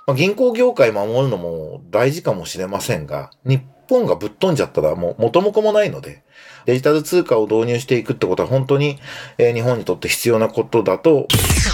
銀行業界守るのも大事かもしれませんが、日本がぶっ飛んじゃったらもう元も子もないので、デジタル通貨を導入していくってことは本当に、日本にとって必要なことだと。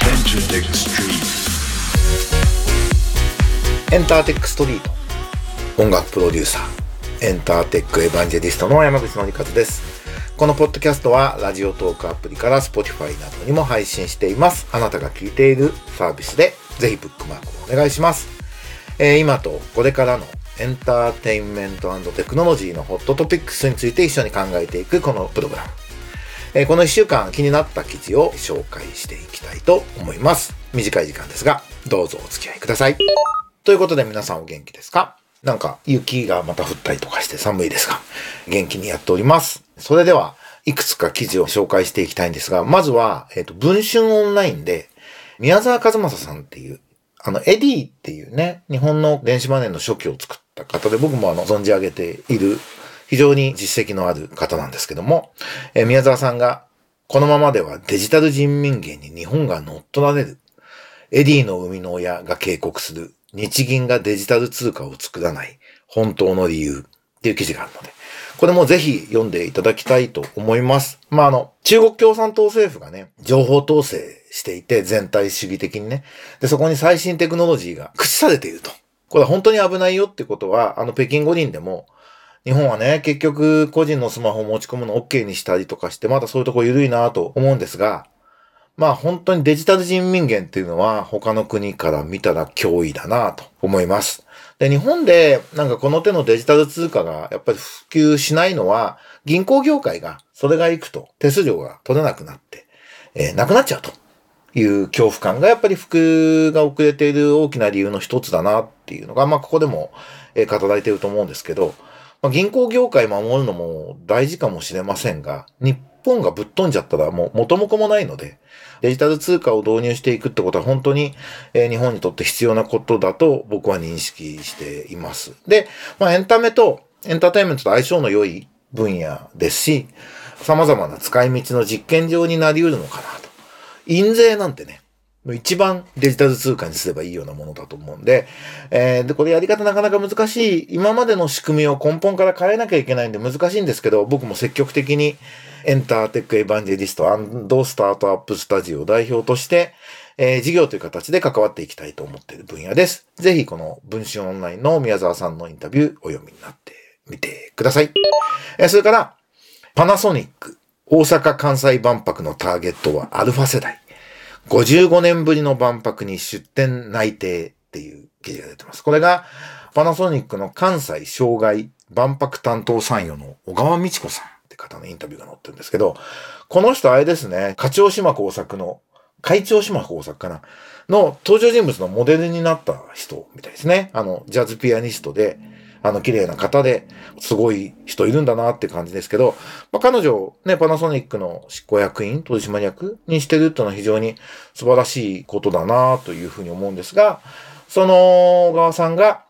エンターテックストリート、音楽プロデューサー、エンターテックエヴァンジェリストの山口紀一です。このポッドキャストはラジオトークアプリから Spotify などにも配信しています。あなたが聞いているサービスでぜひブックマークをお願いします。今とこれからのエンターテインメント&テクノロジーのホットトピックスについて一緒に考えていくこのプログラム。この1週間気になった記事を紹介していきたいと思います。短い時間ですが、どうぞお付き合いください。ということで皆さんお元気ですか？なんか雪がまた降ったりとかして寒いですが、元気にやっております。それではいくつか記事を紹介していきたいんですが、まずは、文春オンラインで宮沢和正さんっていう、エディっていうね、日本の電子マネーの初期を作った方で、僕も存じ上げている非常に実績のある方なんですけども、宮沢さんがこのままではデジタル人民元に日本が乗っ取られる。エディの生みの親が警告する。日銀がデジタル通貨を作らない本当の理由っていう記事があるので、これもぜひ読んでいただきたいと思います。中国共産党政府がね、情報統制していて、全体主義的にね。で、そこに最新テクノロジーが駆使されていると。これは本当に危ないよってことは、北京五輪でも、日本はね、結局個人のスマホを持ち込むのを OK にしたりとかして、まだそういうとこ緩いなと思うんですが、本当にデジタル人民元っていうのは他の国から見たら脅威だなと思います。で、日本でこの手のデジタル通貨がやっぱり普及しないのは銀行業界がそれがいくと手数料が取れなくなって、なくなっちゃうという恐怖感がやっぱり普及が遅れている大きな理由の一つだなっていうのがここでも語られていると思うんですけど、銀行業界守るのも大事かもしれませんが、日本がぶっ飛んじゃったらもう元も子もないので、デジタル通貨を導入していくってことは本当に日本にとって必要なことだと僕は認識しています。で、エンタメとエンターテインメントと相性の良い分野ですし、様々な使い道の実験場になり得るのかなと。印税なんてね、一番デジタル通貨にすればいいようなものだと思うんで、これやり方なかなか難しい。今までの仕組みを根本から変えなきゃいけないんで難しいんですけど、僕も積極的にエンターテックエヴァンジェリスト&スタートアップスタジオ代表として、事業という形で関わっていきたいと思っている分野です。ぜひこの文春オンラインの宮沢さんのインタビューお読みになってみてください。それからパナソニック大阪・関西万博のターゲットはアルファ世代。55年ぶりの万博に出展内定っていう記事が出てます。これがパナソニックの関西障害万博担当参与の小川美智子さんって方のインタビューが載ってるんですけど、この人あれですね、会長島工作かなの登場人物のモデルになった人みたいですね。ジャズピアニストで、綺麗な方ですごい人いるんだなって感じですけど、彼女ね、パナソニックの執行役員、取締役にしてるっていうのは非常に素晴らしいことだなというふうに思うんですが、その小川さんが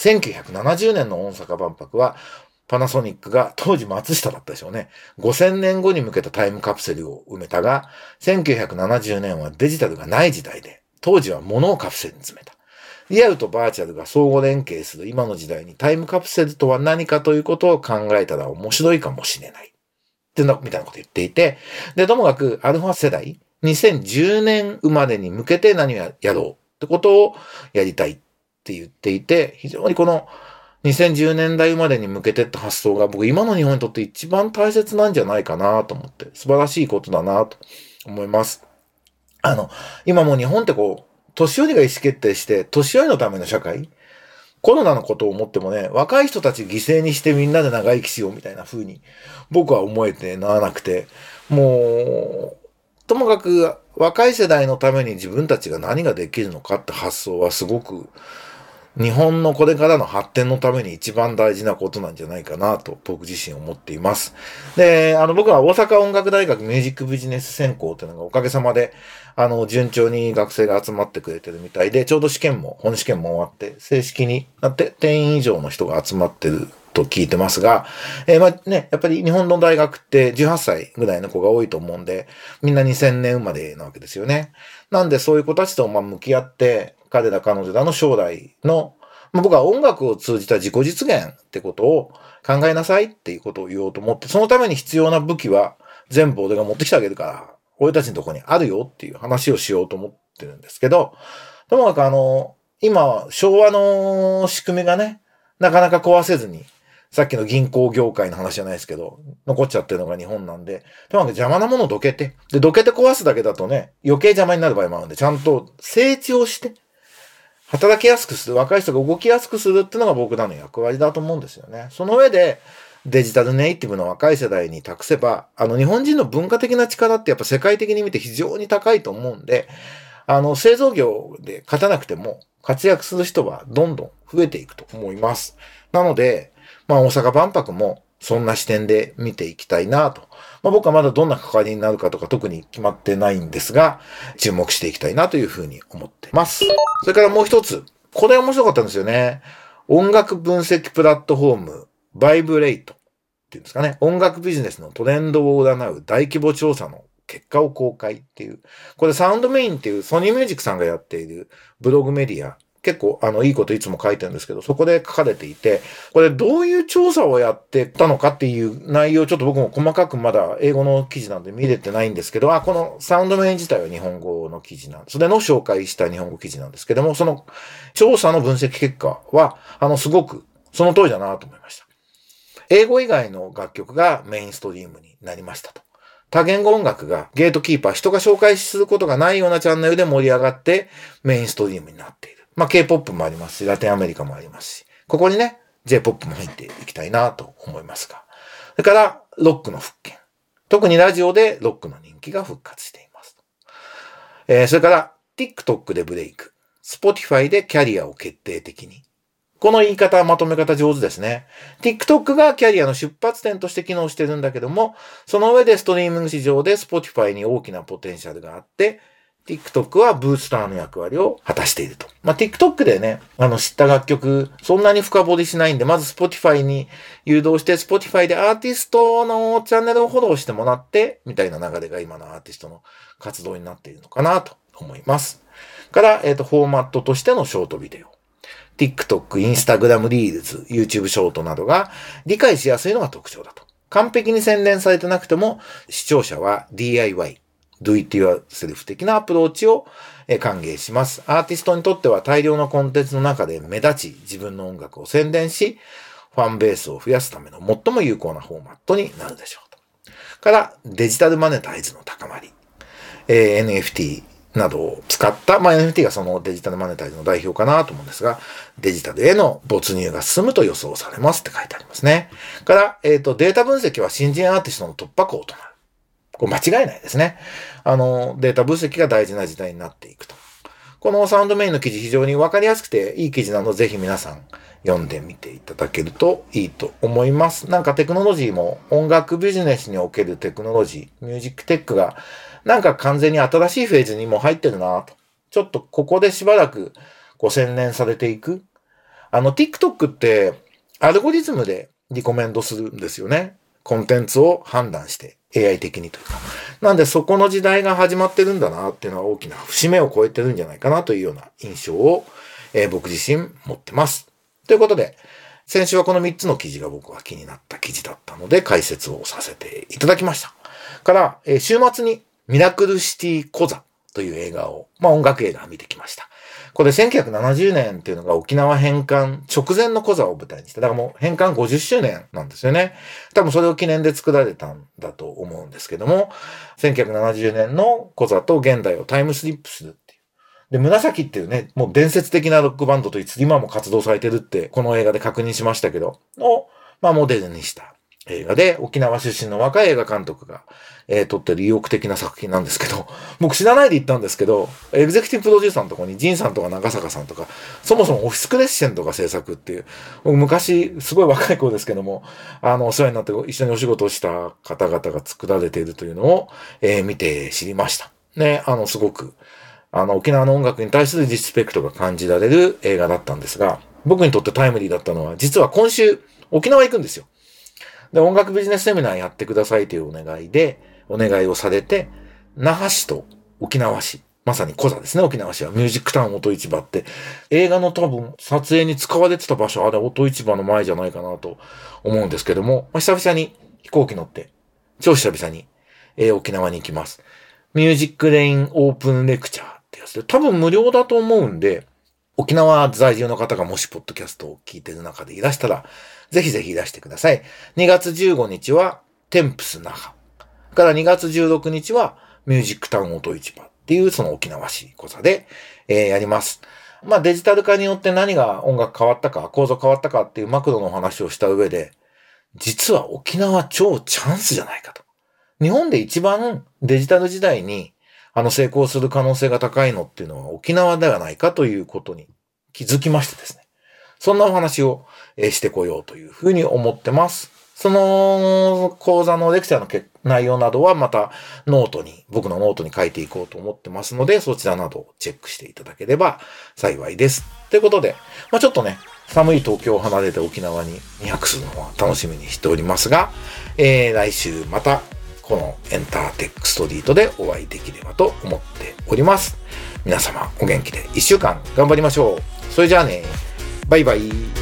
1970年の大阪万博はパナソニックが当時松下だったでしょうね。5000年後に向けたタイムカプセルを埋めたが、1970年はデジタルがない時代で、当時は物をカプセルに詰めた。リアルとバーチャルが相互連携する今の時代にタイムカプセルとは何かということを考えたら面白いかもしれない。みたいなこと言っていて、で、ともかくアルファ世代、2010年生まれに向けて何をやろうってことをやりたいって言っていて、非常にこの2010年代生まれに向けてって発想が僕今の日本にとって一番大切なんじゃないかなと思って、素晴らしいことだなと思います。今もう日本って年寄りが意思決定して、年寄りのための社会、コロナのことを思ってもね、若い人たち犠牲にしてみんなで長生きしようみたいな風に僕は思えてならなくて、もう、ともかく若い世代のために自分たちが何ができるのかって発想はすごく日本のこれからの発展のために一番大事なことなんじゃないかなと僕自身思っています。で、僕は大阪音楽大学ミュージックビジネス専攻というのがおかげさまで、順調に学生が集まってくれてるみたいで、ちょうど本試験も終わって、正式になって定員以上の人が集まってると聞いてますが、まあね、やっぱり日本の大学って18歳ぐらいの子が多いと思うんで、みんな2000年生まれなわけですよね。なんでそういう子たちとまあ向き合って、彼ら彼女らの将来の、まあ、僕は音楽を通じた自己実現ってことを考えなさいっていうことを言おうと思って、そのために必要な武器は全部俺が持ってきてあげるから、俺たちのところにあるよっていう話をしようと思ってるんですけど、ともかく今、昭和の仕組みがね、なかなか壊せずに、さっきの銀行業界の話じゃないですけど、残っちゃってるのが日本なんで、とにかく邪魔なものをどけて、で、どけて壊すだけだとね、余計邪魔になる場合もあるんで、ちゃんと整地をして、働きやすくする、若い人が動きやすくするっていうのが僕らの役割だと思うんですよね。その上で、デジタルネイティブの若い世代に託せば、日本人の文化的な力ってやっぱ世界的に見て非常に高いと思うんで、製造業で勝たなくても活躍する人はどんどん増えていくと思います。なので、まあ大阪万博もそんな視点で見ていきたいなと。まあ僕はまだどんな関わりになるかとか特に決まってないんですが、注目していきたいなというふうに思っています。それからもう一つ、これ面白かったんですよね。音楽分析プラットフォーム、バイブレイトっていうんですかね。音楽ビジネスのトレンドを占う大規模調査の結果を公開っていう。これサウンドメインっていうソニーミュージックさんがやっているブログメディア。結構いいこといつも書いてるんですけど、そこで書かれていて、これどういう調査をやってたのかっていう内容、ちょっと僕も細かくまだ英語の記事なんで見れてないんですけど、このサウンドメイン自体は日本語の記事なんです。それの紹介した日本語記事なんですけども、その調査の分析結果は、すごくその通りだなと思いました。英語以外の楽曲がメインストリームになりましたと。多言語音楽がゲートキーパー、人が紹介することがないようなチャンネルで盛り上がってメインストリームになっている。まあ K-POP もありますし、ラテンアメリカもありますし、ここにね、J-POP も入っていきたいなと思いますが。それから、ロックの復権。特にラジオでロックの人気が復活しています。それから、TikTok でブレイク。Spotify でキャリアを決定的に。この言い方、まとめ方上手ですね。TikTok がキャリアの出発点として機能してるんだけども、その上でストリーミング市場で Spotify に大きなポテンシャルがあって、TikTok はブースターの役割を果たしていると。まあ、TikTok でね、知った楽曲、そんなに深掘りしないんで、まず Spotify に誘導して、Spotify でアーティストのチャンネルをフォローしてもらって、みたいな流れが今のアーティストの活動になっているのかなと思います。から、フォーマットとしてのショートビデオ。TikTok、Instagram Reels、YouTube ショートなどが理解しやすいのが特徴だと。完璧に洗練されてなくても、視聴者は DIY、Do It Yourself 的なアプローチを歓迎します。アーティストにとっては大量のコンテンツの中で目立ち、自分の音楽を宣伝し、ファンベースを増やすための最も有効なフォーマットになるでしょうと。から、デジタルマネタイズの高まり。NFT、などを使った、まあ、NFT がそのデジタルマネタイズの代表かなと思うんですが、デジタルへの没入が進むと予想されますって書いてありますね。から、データ分析は新人アーティストの突破口となる。これ間違いないですね。データ分析が大事な時代になっていくと。このサウンドメインの記事非常にわかりやすくていい記事なので、ぜひ皆さん読んでみていただけるといいと思います。なんかテクノロジーも音楽ビジネスにおけるテクノロジー、ミュージックテックがなんか完全に新しいフェーズにもう入ってるなと。ちょっとここでしばらく洗練されていく。TikTok ってアルゴリズムでリコメンドするんですよね。コンテンツを判断して AI 的にというか。なんでそこの時代が始まってるんだなっていうのは大きな節目を超えてるんじゃないかなというような印象を、僕自身持ってます。ということで、先週はこの3つの記事が僕は気になった記事だったので解説をさせていただきました。から、週末にミラクルシティコザという映画を、音楽映画を見てきました。これ1970年っていうのが沖縄返還直前のコザを舞台にして、だからもう返還50周年なんですよね。多分それを記念で作られたんだと思うんですけども、1970年のコザと現代をタイムスリップするっていう。で、紫っていうね、もう伝説的なロックバンドと今も活動されてるって、この映画で確認しましたけど、モデルにした映画で、沖縄出身の若い映画監督が、撮ってる意欲的な作品なんですけど、僕知らないで行ったんですけど、エグゼクティブプロデューサーのところにジンさんとか長坂さんとか、そもそもオフィスクレッシェントが制作っていう、僕昔、すごい若い子ですけども、お世話になって一緒にお仕事をした方々が作られているというのを、見て知りました。ね、すごく、沖縄の音楽に対するリスペクトが感じられる映画だったんですが、 僕にとってタイムリーだったのは、実は今週沖縄行くんですよ。で、音楽ビジネスセミナーやってくださいというお願いをされて、那覇市と沖縄市、まさにコザですね、沖縄市は。ミュージックタウン音市場って、映画の多分撮影に使われてた場所、あれ音市場の前じゃないかなと思うんですけども、久々に飛行機乗って、超久々に、沖縄に行きます。ミュージックレインオープンレクチャーってやつで、多分無料だと思うんで、沖縄在住の方がもしポッドキャストを聞いてる中でいらしたら、ぜひぜひいらしてください。2月15日はテンプス那覇。から2月16日はミュージックタウン音市場っていうその沖縄市コザで、やります。デジタル化によって何が音楽変わったか、構造変わったかっていうマクロの話をした上で、実は沖縄超チャンスじゃないかと。日本で一番デジタル時代に成功する可能性が高いのっていうのは沖縄ではないかということに気づきましてですね。そんなお話をしてこようというふうに思ってます。その講座のレクチャーの内容などはまた僕のノートに書いていこうと思ってますので、そちらなどをチェックしていただければ幸いです。ということで、ちょっとね、寒い東京を離れて沖縄に2泊するのは楽しみにしておりますが、来週またこのエンターテックストリートでお会いできればと思っております。皆様お元気で1週間頑張りましょう。それじゃあね、バイバイ。